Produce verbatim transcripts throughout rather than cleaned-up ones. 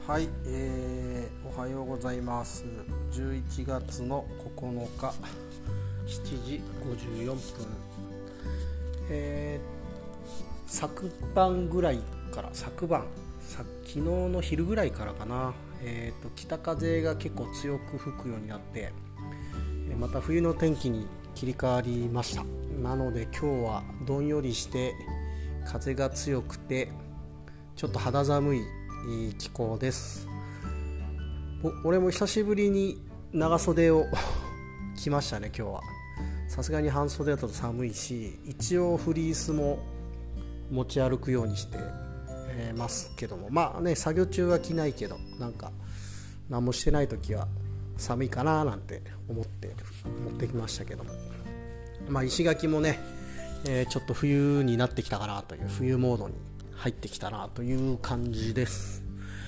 はい、えー、おはようございます。じゅういちがつのここのかしちじごじゅうよんぷん、えー、昨晩ぐらいから昨晩さ昨日の昼ぐらいからかな、えーと、北風が結構強く吹くようになって、また冬の天気に切り替わりました。なので今日はどんよりして風が強くてちょっと肌寒い気候です。俺も久しぶりに長袖を着ましたね。今日はさすがに半袖だと寒いし、一応フリースも持ち歩くようにしてますけども、まあね、作業中は着ないけど、なんか何もしてない時は寒いかななんて思って持ってきましたけども、まあ石垣もね、えー、ちょっと冬になってきたかなという、冬モードに入ってきたなという感じです。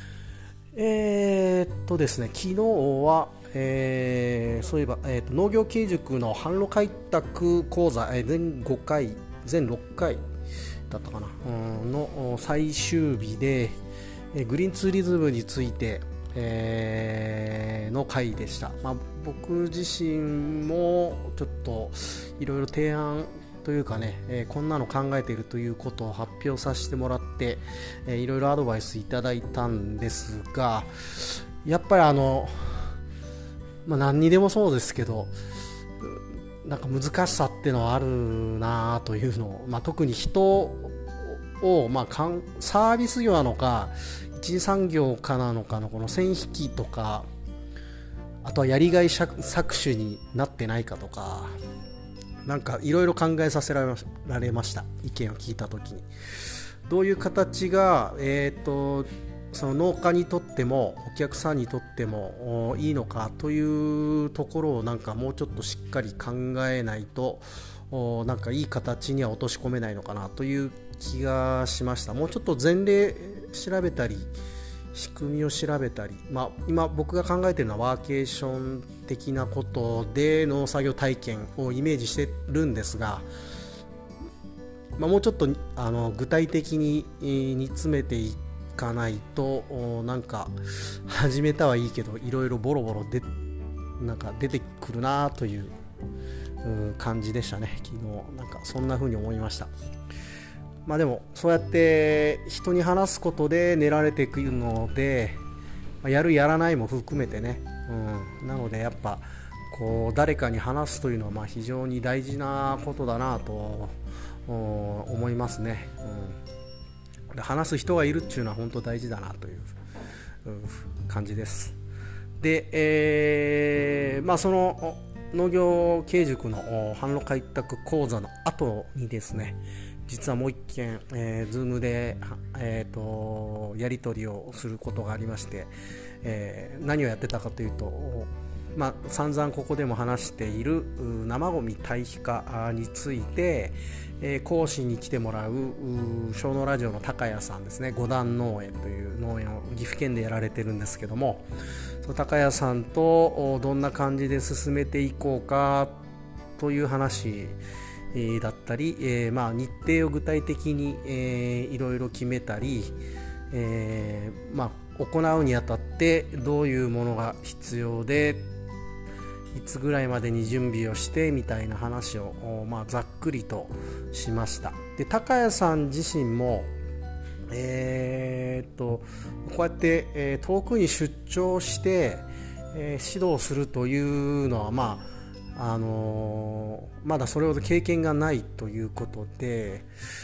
えー、っとですね昨日は、えー、そういえば、えー、と農業経営塾の販路開拓講座、えー、全ごかい全ろっかいだったかな、うんの最終日で、えー、グリーンツーリズムについて、えー、の回でした。まあ、僕自身もちょっといろいろ提案というかね、えー、こんなの考えているということを発表させてもらって、えー、いろいろアドバイスいただいたんですが、やっぱりあの、まあ、何にでもそうですけど、なんか難しさっていうのはあるなというのを、まあ、特に人を、まあ、かんサービス業なのか一次産業かなのかのこの線引きとか、あとはやりがい搾取になってないかとか、なんかいろいろ考えさせられました。意見を聞いたときにどういう形が、えーと、その農家にとってもお客さんにとってもいいのかというところを、なんかもうちょっとしっかり考えないと、なんかいい形には落とし込めないのかなという気がしました。もうちょっと前例調べたり仕組みを調べたり、まあ、今僕が考えているのはワーケーション的なことで農作業体験をイメージしてるんですが、まあ、もうちょっとあの具体的に煮詰めていかないと、なんか始めたはいいけどいろいろボロボロでなんか出てくるなという感じでしたね。昨日なんかそんな風に思いました。まあでもそうやって人に話すことで練られていくので、やるやらないも含めてね、うん、なのでやっぱこう誰かに話すというのはまあ非常に大事なことだなと思いますね。うん、で話す人がいるっていうのは本当大事だなという、うん、感じです。で、えー、まあその農業経営塾の販路開拓講座の後にですね、実はもう一件、えー、Zoom で、えー、とやり取りをすることがありまして、えー、何をやってたかというと、まあ、散々ここでも話している生ゴミ堆肥化について、えー、講師に来てもらう小農ラジオの高谷さんですね、五段農園という農園を岐阜県でやられてるんですけども、その高谷さんとどんな感じで進めていこうかという話だったり、えーまあ、日程を具体的に、えー、いろいろ決めたり、えーまあ、行うにあたってどういうものが必要でいつぐらいまでに準備をしてみたいな話を、まあ、ざっくりとしました。で高谷さん自身も、えー、っとこうやって、えー、遠くに出張して、えー、指導するというのはまああのー、まだそれほど経験がないということで、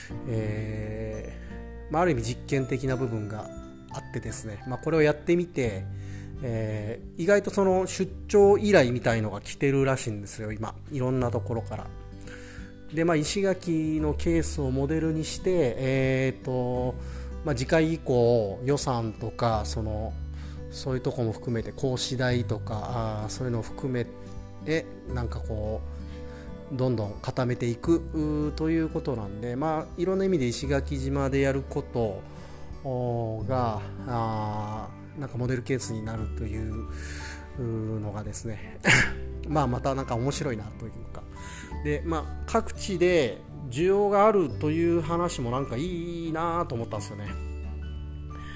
えーまあ、ある意味実験的な部分があってですね、まあ、これをやってみて、えー、意外とその出張依頼みたいのが来てるらしいんですよ、今いろんなところから。で、まあ、石垣のケースをモデルにして、えーとまあ、次回以降予算とかそのそういうとこも含めて講師代とかあそういうのを含めてでなんかこうどんどん固めていくということなんで、まあ、いろんな意味で石垣島でやることがあなんかモデルケースになるというのがですねまあまたなんか面白いなというかで、まあ、各地で需要があるという話もなんかいいなと思ったんですよね。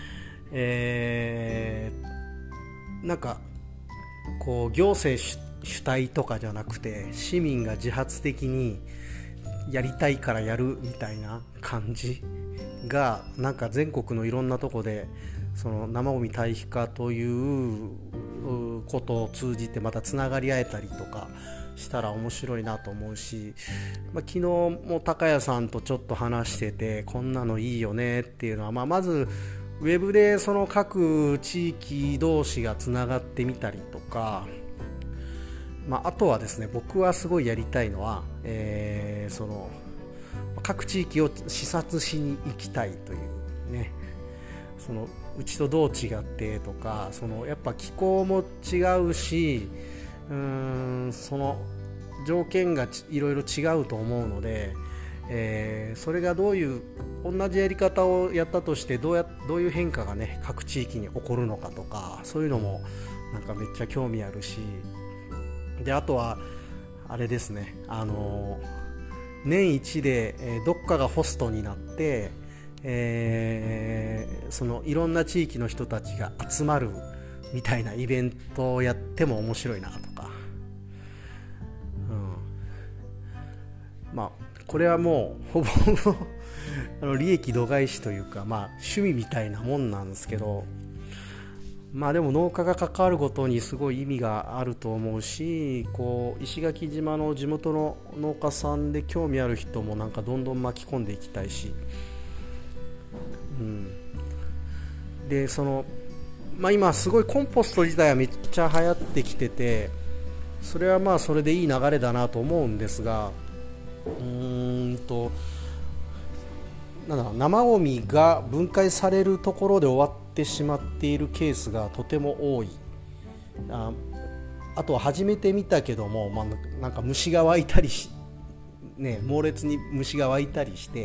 えー、なんかこう行政主体とかじゃなくて市民が自発的にやりたいからやるみたいな感じがなんか全国のいろんなとこでその生ゴミ堆肥化ということを通じてまたつながり合えたりとかしたら面白いなと思うし、まあ、昨日も高谷さんとちょっと話しててこんなのいいよねっていうのは、まあ、まずウェブでその各地域同士がつながってみたりとか、まあ、あとはですね僕はすごいやりたいのは、えー、その各地域を視察しに行きたいというね、そのうちとどう違ってとか、そのやっぱ気候も違うし、うーんその条件がいろいろ違うと思うので、えー、それがどういう同じやり方をやったとしてどうやどういう変化がね各地域に起こるのかとか、そういうのもなんかめっちゃ興味あるし、であとはあれですね、あの年一で、えー、どっかがホストになって、えー、そのいろんな地域の人たちが集まるみたいなイベントをやっても面白いなとか、うん、まあこれはもうほぼほぼあの利益度外視というか、まあ趣味みたいなもんなんですけど、まあでも農家が関わることにすごい意味があると思うし、こう石垣島の地元の農家さんで興味ある人もなんかどんどん巻き込んでいきたいし、うん、でそのまあ今すごいコンポスト自体はめっちゃ流行ってきてて、それはまあそれでいい流れだなと思うんですが、うーんとなんだろう、生ゴミが分解されるところで終わってしまっているケースがとても多い。 あ, あとは初めて見たけども、まあ、なんか虫が湧いたりし、ね、猛烈に虫が湧いたりして、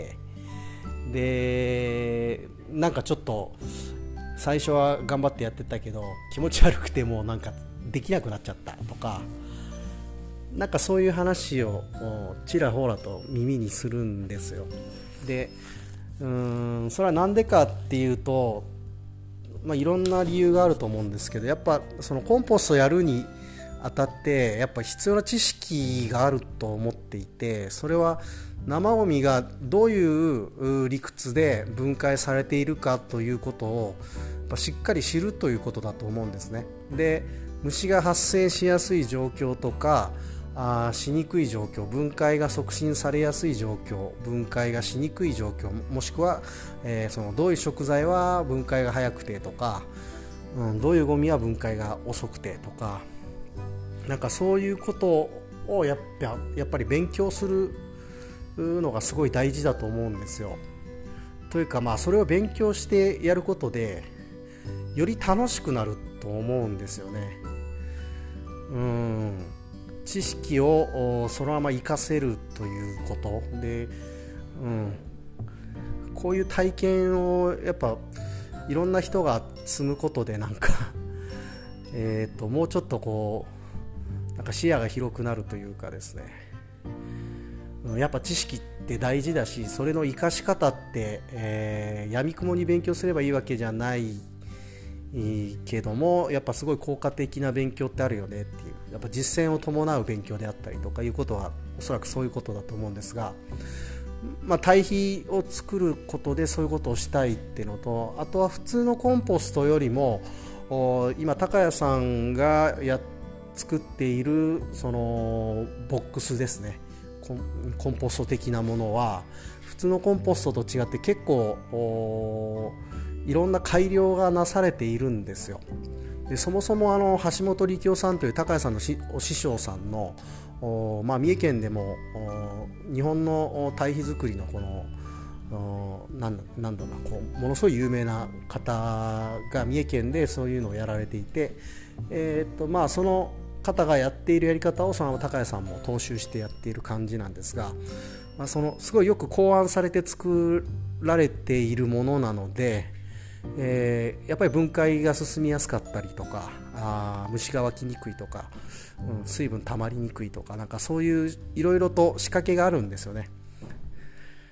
でなんかちょっと最初は頑張ってやってたけど気持ち悪くてもうなんかできなくなっちゃったとか、なんかそういう話をちらほらと耳にするんですよ。でうーんそれはなんでかっていうと、まあ、いろんな理由があると思うんですけど、やっぱそのコンポストやるにあたってやっぱ必要な知識があると思っていて、それは生ゴミがどういう理屈で分解されているかということをやっぱしっかり知るということだと思うんですね。で虫が発生しやすい状況とかあしにくい状況、分解が促進されやすい状況、分解がしにくい状況、もしくは、えー、そのどういう食材は分解が早くてとか、うん、どういうゴミは分解が遅くてとか、なんかそういうことをやっぱ、やっぱり勉強するのがすごい大事だと思うんですよ。というかまあそれを勉強してやることでより楽しくなると思うんですよね。うん知識をそのまま活かせるということで、うん、こういう体験をやっぱいろんな人が積むことでなんかえともうちょっとこうなんか視野が広くなるというかですね、やっぱ知識って大事だし、それの活かし方って、えー、闇雲に勉強すればいいわけじゃないけども、やっぱすごい効果的な勉強ってあるよねっていう、やっぱ実践を伴う勉強であったりとかいうことはおそらくそういうことだと思うんですが、まあ、堆肥を作ることでそういうことをしたいっていうのと、あとは普通のコンポストよりも今高谷さんがや作っているそのボックスですね、コン、コンポスト的なものは普通のコンポストと違って結構いろんな改良がなされているんですよ。でそもそもあの橋本力夫さんという高谷さんのお師匠さんの、まあ、三重県でも日本の堆肥作りのこのなんだ、なんだろうな、こうものすごい有名な方が三重県でそういうのをやられていて、えーっとまあ、その方がやっているやり方をそのまま高谷さんも踏襲してやっている感じなんですが、まあ、そのすごいよく考案されて作られているものなので、えー、やっぱり分解が進みやすかったりとか、あ虫が湧きにくいとか、うん、水分溜まりにくいとか、なんかそういういろいろと仕掛けがあるんですよね。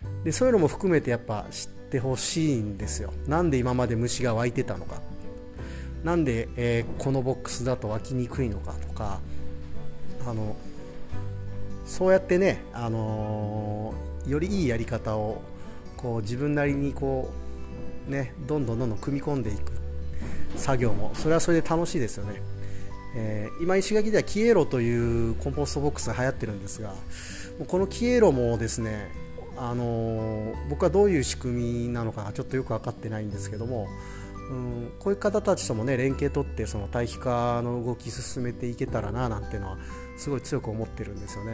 でそういうのも含めてやっぱ知ってほしいんですよ。なんで今まで虫が湧いてたのか、なんで、えー、このボックスだと湧きにくいのかとか、あのそうやってね、あのー、よりいいやり方をこう自分なりにこうね、どんどんどんどん組み込んでいく作業もそれはそれで楽しいですよね。えー、今石垣ではキエロというコンポストボックスが流行ってるんですが、このキエロもですね、あのー、僕はどういう仕組みなのかちょっとよく分かってないんですけども、うん、こういう方たちともね連携取ってその堆肥化の動き進めていけたらななんていうのはすごい強く思ってるんですよね。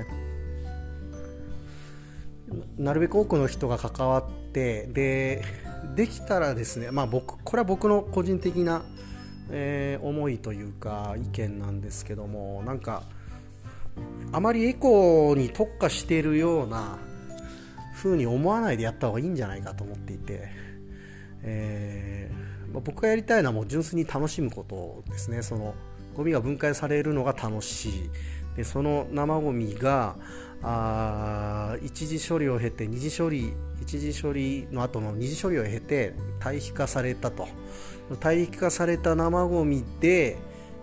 なるべく多くの人が関わってでできたらですね、まあ僕これは僕の個人的な、えー、思いというか意見なんですけども、なんかあまりエコに特化しているような風に思わないでやった方がいいんじゃないかと思っていて、えーまあ、僕がやりたいのはもう純粋に楽しむことですね。そのゴミが分解されるのが楽しいで、その生ゴミがあ一次処理を経て二次処理一次処理の後の二次処理を経て堆肥化されたと、堆肥化された生ゴミで、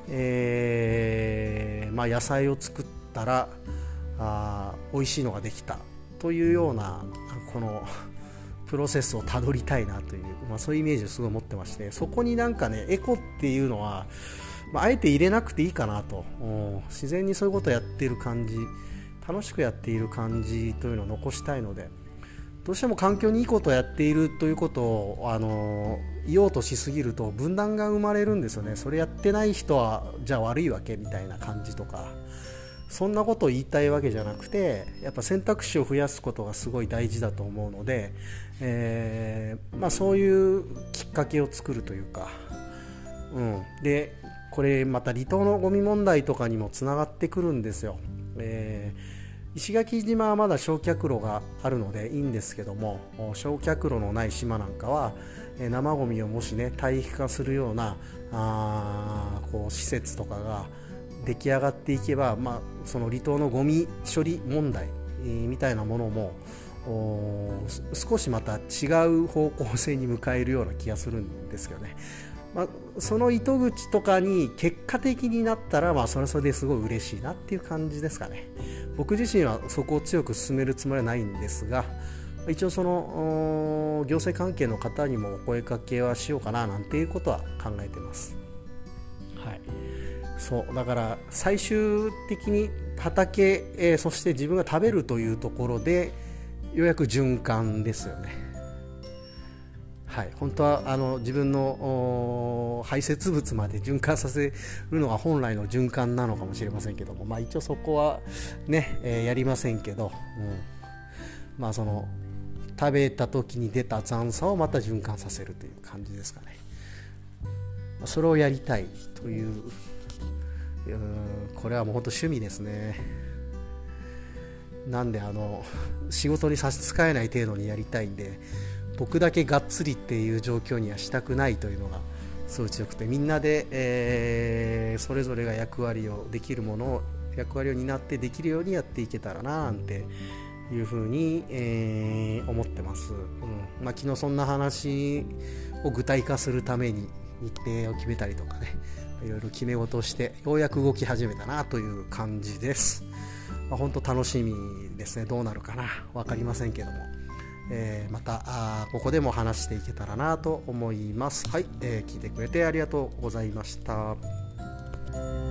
えーまあ、野菜を作ったらあ美味しいのができたというようなこのプロセスをたどりたいなという、まあ、そういうイメージをすごい持ってまして、そこになんかねエコっていうのは、まあ、あえて入れなくていいかなと、自然にそういうことをやっている感じ、楽しくやっている感じというのを残したいので、どうしても環境にいいことをやっているということをあの言おうとしすぎると分断が生まれるんですよね。それやってない人はじゃあ悪いわけみたいな感じとか、そんなことを言いたいわけじゃなくて、やっぱ選択肢を増やすことがすごい大事だと思うので、えーまあ、そういうきっかけを作るというか、うん、でこれまた離島のゴミ問題とかにもつながってくるんですよ。えー、石垣島はまだ焼却炉があるのでいいんですけども、焼却炉のない島なんかは生ゴミをもしね堆肥化するようなあこう施設とかが出来上がっていけば、まあ、その離島のゴミ処理問題、えー、みたいなものも少しまた違う方向性に向かえるような気がするんですよね。まあ、その糸口とかに結果的になったら、まあ、それはそれですごい嬉しいなっていう感じですかね。僕自身はそこを強く進めるつもりはないんですが、一応その行政関係の方にもお声かけはしようかななんていうことは考えてます。はい、そうだから最終的に畑、えー、そして自分が食べるというところでようやく循環ですよね。はい、本当はあの自分の排泄物まで循環させるのが本来の循環なのかもしれませんけども、まあ、一応そこはね、えー、やりませんけど、うんまあ、その食べた時に出た残渣をまた循環させるという感じですかね。それをやりたいという、うんこれはもう本当趣味ですね。なんであの仕事に差し支えない程度にやりたいんで、僕だけがっつりっていう状況にはしたくないというのがすごい強くて、みんなで、えー、それぞれが役割をできるものを役割を担ってできるようにやっていけたらななんていうふうに、えー、思ってます。うんまあ、昨日そんな話を具体化するために日程を決めたりとかね、いろいろ決め事をしてようやく動き始めたなという感じです。まあ、本当楽しみですね。どうなるかな分かりませんけども、えー、またあここでも話していけたらなと思います。はい、えー、聞いてくれてありがとうございました。